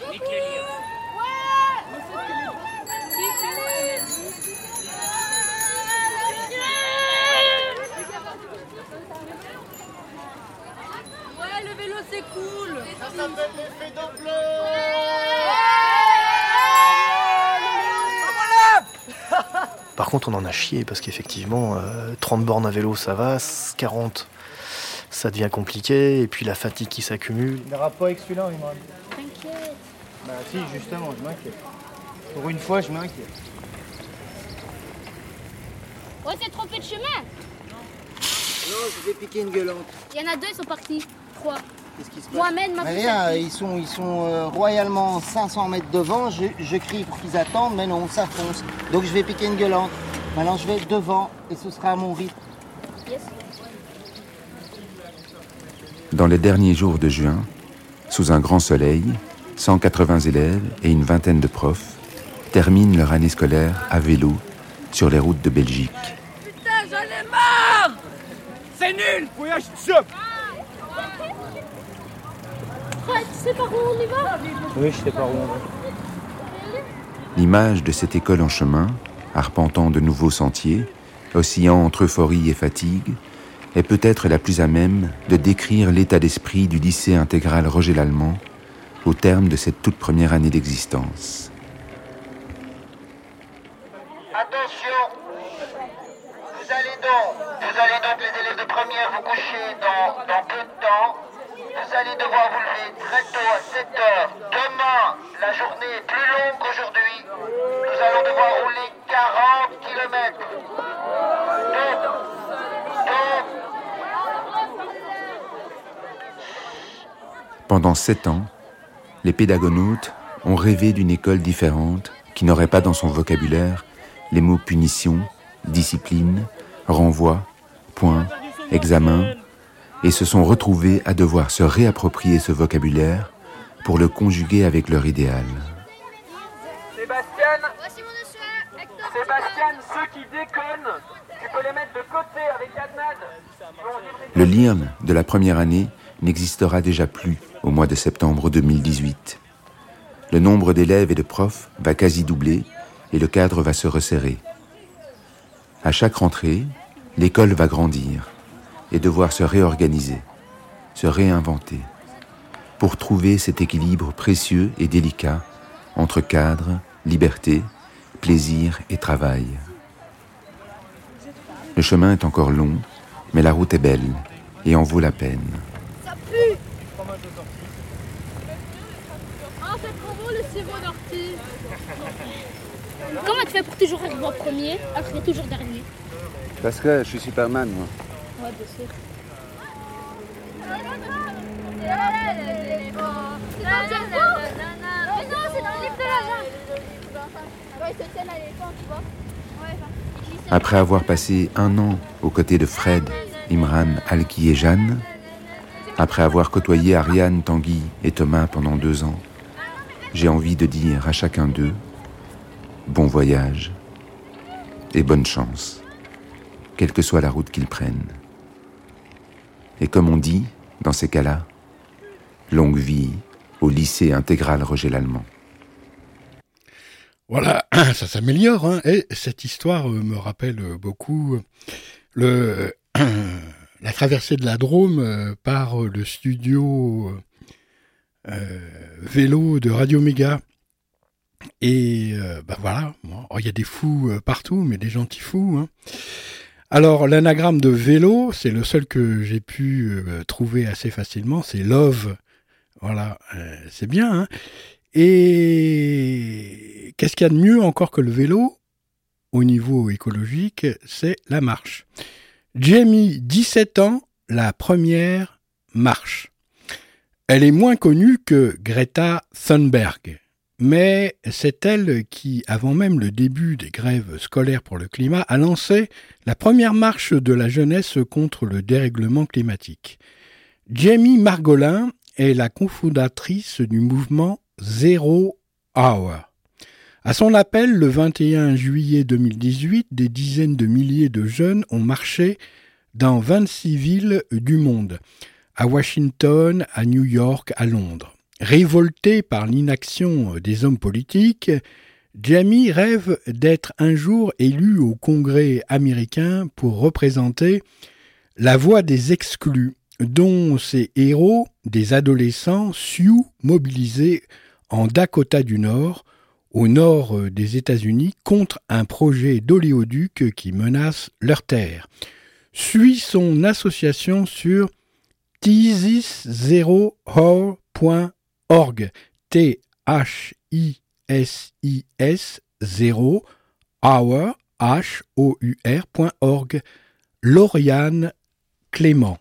Par contre, on en a chié parce qu'effectivement, euh, trente bornes à vélo, ça va, quarante, ça devient compliqué, et puis la fatigue qui s'accumule. Il n'ira pas avec celui-là, Imran. T'inquiète. Bah si, justement, je m'inquiète. Pour une fois, je m'inquiète. Ouais, c'est trompé de chemin. Non, je vais piquer une gueulante. Il y en a deux, ils sont partis. Trois. Qu'est-ce qui se passe? Mohamed m'a fait Rien, sortir. ils sont, ils sont euh, royalement cinq cents mètres devant, je, je crie pour qu'ils attendent, mais non, ça fonce. Donc je vais piquer une gueulante. Maintenant je vais devant et ce sera à mon rythme. Yes. Dans les derniers jours de juin, sous un grand soleil, cent quatre-vingts élèves et une vingtaine de profs terminent leur année scolaire à vélo sur les routes de Belgique. Putain, j'en ai marre! C'est nul! Voyage, stop! Fred, tu sais par où on y va? Oui, je sais par où on va. L'image de cette école en chemin, arpentant de nouveaux sentiers, oscillant entre euphorie et fatigue, est peut-être la plus à même de décrire l'état d'esprit du lycée intégral Roger Lallemand au terme de cette toute première année d'existence. Attention, vous allez donc, vous allez donc les élèves de première vous coucher dans, dans peu de temps. Vous allez devoir vous lever très tôt à sept heures. Demain, la journée est plus longue qu'aujourd'hui. Nous allons devoir rouler quarante kilomètres. Donc, donc... Pendant sept ans, les pédagonautes ont rêvé d'une école différente qui n'aurait pas dans son vocabulaire les mots punition, discipline, renvoi, point, examen, et se sont retrouvés à devoir se réapproprier ce vocabulaire pour le conjuguer avec leur idéal. Sébastien, Sébastien, ceux qui déconnent, tu peux les mettre de côté avec Adnad. Le L I R M de la première année n'existera déjà plus au mois de septembre deux mille dix-huit. Le nombre d'élèves et de profs va quasi doubler et le cadre va se resserrer. À chaque rentrée, l'école va grandir et devoir se réorganiser, se réinventer, pour trouver cet équilibre précieux et délicat entre cadre, liberté, plaisir et travail. Le chemin est encore long, mais la route est belle et en vaut la peine. Ça pue. Ah, c'est trop beau le sirop d'ortie. Comment tu fais pour toujours arriver en premier, alors que tu es toujours dernier? Parce que je suis Superman, moi. Ouais, bien sûr. C'est dans Django. Mais non, c'est dans le livre de la jungle. Ouais, ils se tiennent à l'éléphant, tu vois. Ouais. Après avoir passé un an aux côtés de Fred, Imran, Alki et Jeanne, après avoir côtoyé Ariane, Tanguy et Thomas pendant deux ans, j'ai envie de dire à chacun d'eux bon voyage et bonne chance, quelle que soit la route qu'ils prennent. Et comme on dit, dans ces cas-là, longue vie au lycée intégral Roger Lallemand. Voilà, ça s'améliore, hein. Et cette histoire me rappelle beaucoup le, la traversée de la Drôme par le studio euh, vélo de Radio Méga. Et euh, ben voilà, il y a des fous partout, mais des gentils fous, hein. Alors, l'anagramme de vélo, c'est le seul que j'ai pu euh, trouver assez facilement, c'est Love. Voilà, euh, c'est bien, hein. Et qu'est-ce qu'il y a de mieux encore que le vélo, au niveau écologique, c'est la marche. Jamie, dix-sept ans, la première marche. Elle est moins connue que Greta Thunberg. Mais c'est elle qui, avant même le début des grèves scolaires pour le climat, a lancé la première marche de la jeunesse contre le dérèglement climatique. Jamie Margolin est la cofondatrice du mouvement Zero Hour. À son appel, le vingt et un juillet deux mille dix-huit, des dizaines de milliers de jeunes ont marché dans vingt-six villes du monde, à Washington, à New York, à Londres. Révolté par l'inaction des hommes politiques, Jamie rêve d'être un jour élu au Congrès américain pour représenter la voix des exclus, dont ses héros, des adolescents Sioux mobilisés en Dakota du Nord, au nord des États-Unis, contre un projet d'oléoduc qui menace leur terre. Suit son association sur thesis zero hour point org, T H I S I S zéro hour H O U R point org. Lauriane Clément.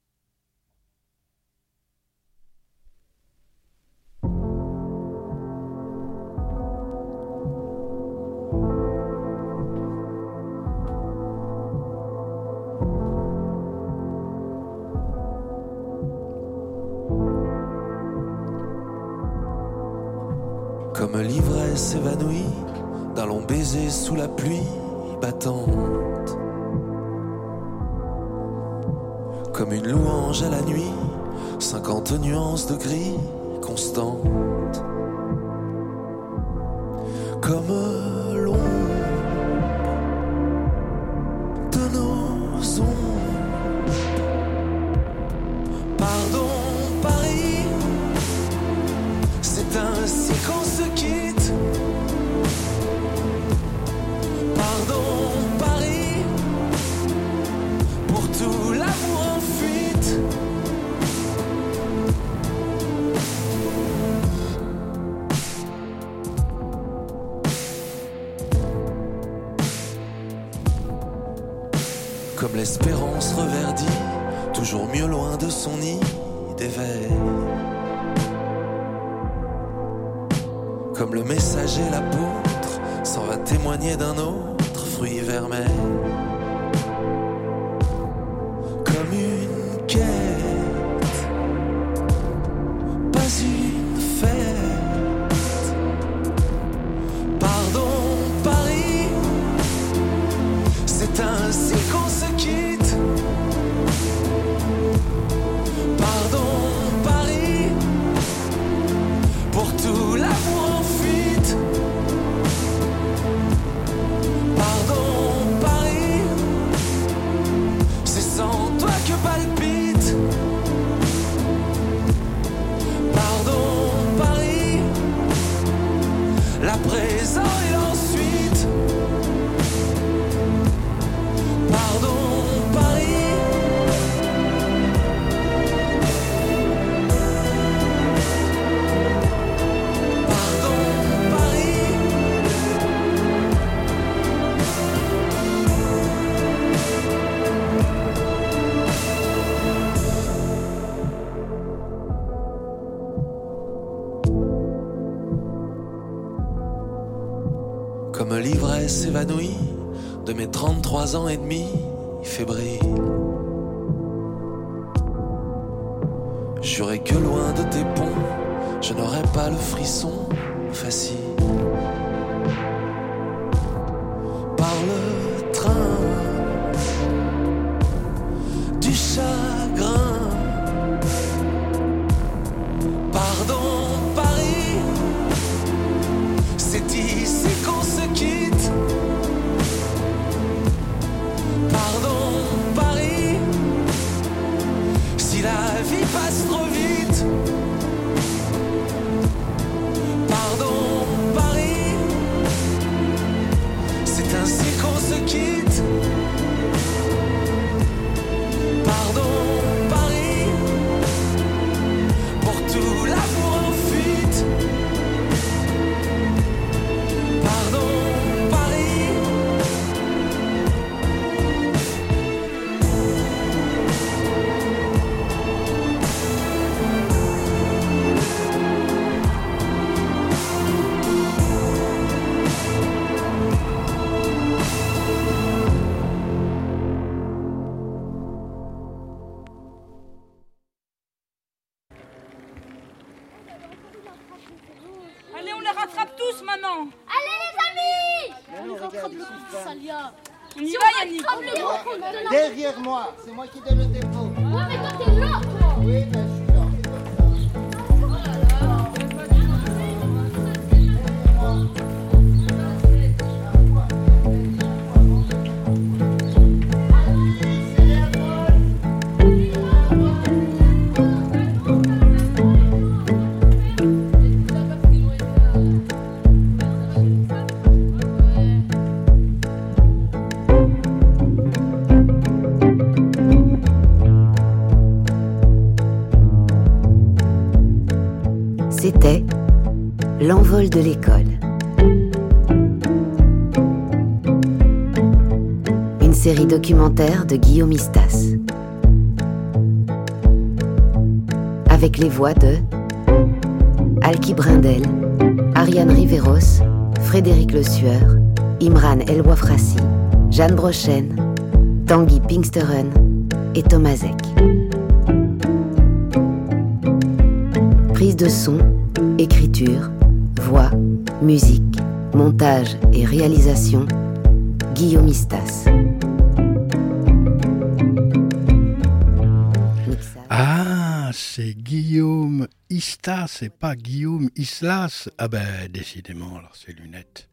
Comme l'ivresse évanouie d'un long baiser sous la pluie battante. Comme une louange à la nuit, cinquante nuances de gris constante, comme l'ombre de nos ombres. Pardon Paris, c'est ainsi qu'on se quitte. Pardon Paris, pour tout l'amour en fuite. Comme l'espérance reverdit, toujours mieux loin de son nid d'éveil. Comme le messager, l'apôtre, s'en va témoigner d'un autre fruit vermeil. Comme une quête, pas une fête. Pardon Paris, c'est ainsi qu'on se quitte. Pardon Paris, pour tout l'amour en fuite. Pardon Paris, c'est sans toi que palpite. Pardon Paris, la présent et l'ensuite. Pardon Paris. Comme l'ivresse évanouie de mes trente-trois ans et demi fébriles. Jurais que loin de tes ponts, je n'aurais pas le frisson facile. Par le train du chagrin. Pardon Paris, c'est ici qu'on se quitte. Pardon Paris, si la vie passe trop vite. Pardon Paris, c'est ainsi qu'on se quitte. Pardon Paris, pour tout l'amour en fuite. Pardon Paris. Allez, on les rattrape tous maintenant. Allez les amis. On les rattrape tous, Salia. On y Si va, on Yannick. rattrape les autres, Derrière moi, c'est moi qui donne le tempo. Ouais, mais toi t'es là, toi. Oui, ben je suis là. C'était L'envol de l'école. Une série documentaire de Guillaume Istas. Avec les voix de Alki Brindel, Ariane Riveros, Frédéric Le Sueur, Imran El Wafrassi, Jeanne Brochen, Tanguy Pinksteren et Thomas Eck. Prise de son, écriture, voix, musique, montage et réalisation, Guillaume Istas. Ah, c'est Guillaume Ista, c'est pas Guillaume Islas. Ah ben, décidément, alors ces lunettes.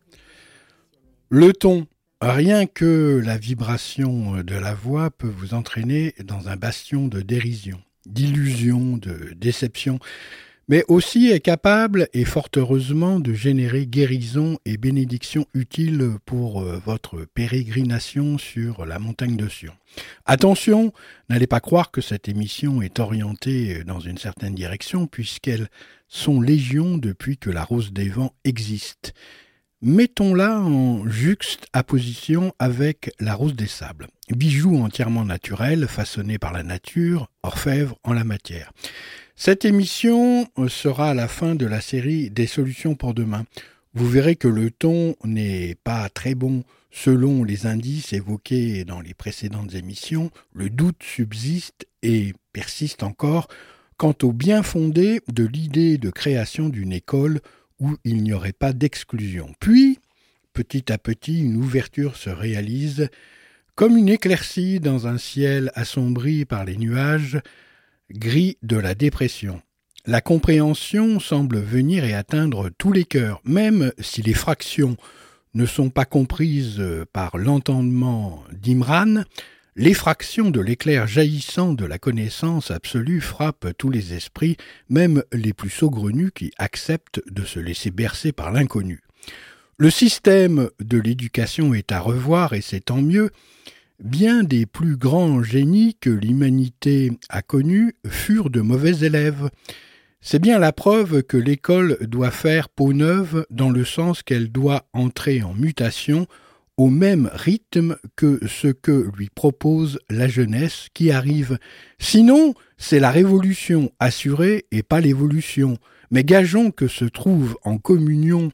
Le ton, rien que la vibration de la voix peut vous entraîner dans un bastion de dérision, d'illusion, de déception, mais aussi est capable, et fort heureusement, de générer guérison et bénédiction utiles pour euh, votre pérégrination sur la montagne de Sion. Attention, n'allez pas croire que cette émission est orientée dans une certaine direction, puisqu'elles sont légion depuis que la Rose des Vents existe. Mettons-la en juxtaposition avec la Rose des Sables, bijou entièrement naturel, façonné par la nature, orfèvre en la matière. Cette émission sera à la fin de la série des solutions pour demain. Vous verrez que le ton n'est pas très bon selon les indices évoqués dans les précédentes émissions. Le doute subsiste et persiste encore quant au bien fondé de l'idée de création d'une école où il n'y aurait pas d'exclusion. Puis, petit à petit, une ouverture se réalise comme une éclaircie dans un ciel assombri par les nuages gris de la dépression. La compréhension semble venir et atteindre tous les cœurs, même si les fractions ne sont pas comprises par l'entendement d'Imran. Les fractions de l'éclair jaillissant de la connaissance absolue frappent tous les esprits, même les plus saugrenus qui acceptent de se laisser bercer par l'inconnu. Le système de l'éducation est à revoir et c'est tant mieux. Bien des plus grands génies que l'humanité a connus furent de mauvais élèves. C'est bien la preuve que l'école doit faire peau neuve dans le sens qu'elle doit entrer en mutation au même rythme que ce que lui propose la jeunesse qui arrive. Sinon, c'est la révolution assurée et pas l'évolution. Mais gageons que se trouve en communion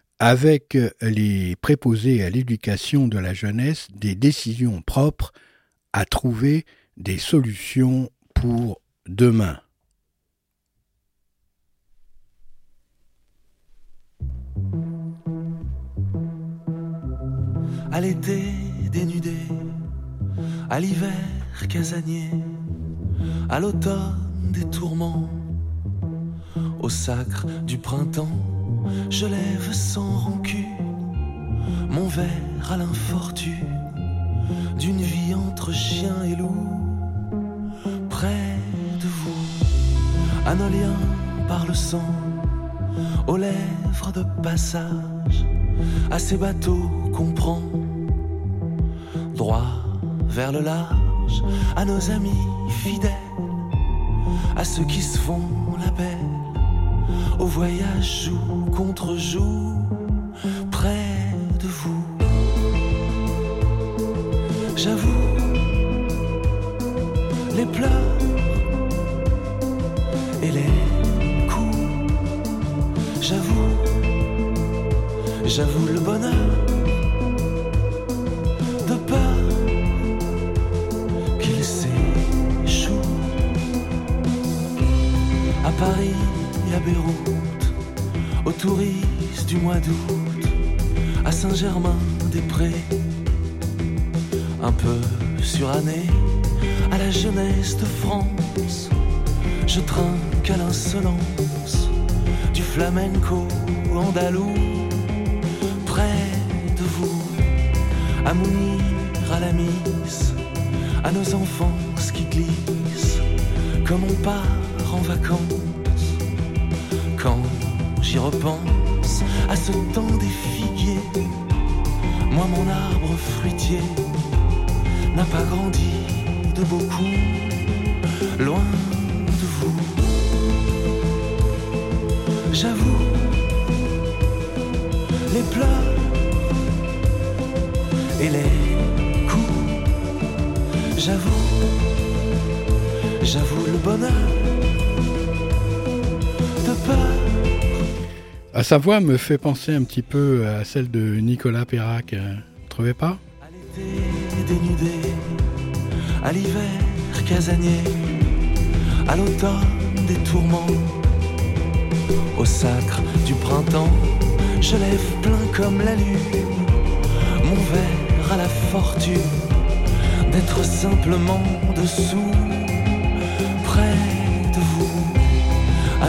avec les préposés à l'éducation de la jeunesse des décisions propres à trouver des solutions pour demain. À l'été dénudé, à l'hiver casanier, à l'automne des tourments, au sacre du printemps, je lève sans rancune mon verre à l'infortune d'une vie entre chien et loup. Près de vous, à nos liens par le sang, aux lèvres de passage, à ces bateaux qu'on prend droit vers le large, à nos amis fidèles, à ceux qui se font la belle, au voyage jour contre jour, près de vous. J'avoue les pleurs et les coups, j'avoue, j'avoue le bonheur de peur qu'il s'échoue. À Paris, à Beyrouth, aux touristes du mois d'août, à Saint-Germain-des-Prés, un peu suranné, à la jeunesse de France, je trinque à l'insolence du flamenco andalou. Près de vous, à Mounir, à la mise, à nos enfances qui glissent, comme on part en vacances. Quand j'y repense à ce temps des figuiers, moi mon arbre fruitier n'a pas grandi de beaucoup, loin de vous. J'avoue les pleurs et les coups, j'avoue, j'avoue le bonheur de peur. Ah, sa voix me fait penser un petit peu à celle de Nicolas Perrac, euh, vous trouvez pas ? À l'été dénudé, à l'hiver casanier, à l'automne des tourments, au sacre du printemps, je lève plein comme la lune mon verre à la fortune d'être simplement dessous, près de vous.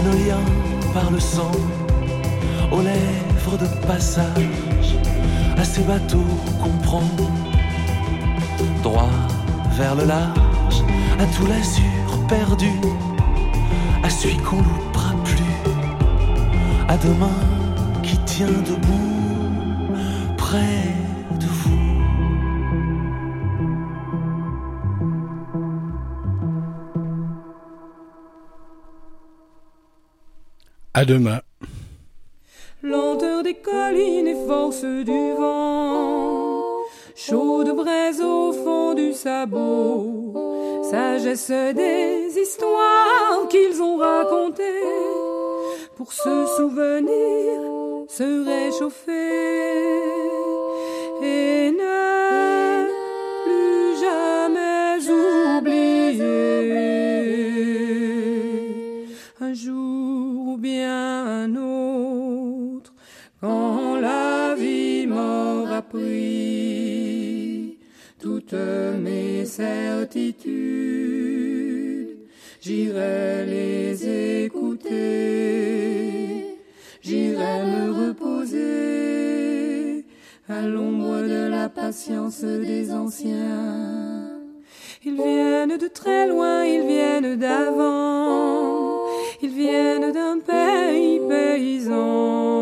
à nos liens par le sang, aux lèvres de passage, à ces bateaux qu'on prend droit vers le large, à tout l'azur perdu, à celui qu'on loupera plus, à demain qui tient debout près de vous. À demain. Lenteur des collines et force du vent, chaude braise au fond du sabot, sagesse des histoires qu'ils ont racontées, pour se souvenir, se réchauffer et ne plus jamais oublier un jour ou bien un autre, quand la vie m'aura pris toutes mes certitudes, j'irai les écouter, j'irai me reposer à l'ombre de la patience des anciens. Ils viennent de très loin, ils viennent d'avant, ils viennent d'un pays paysan.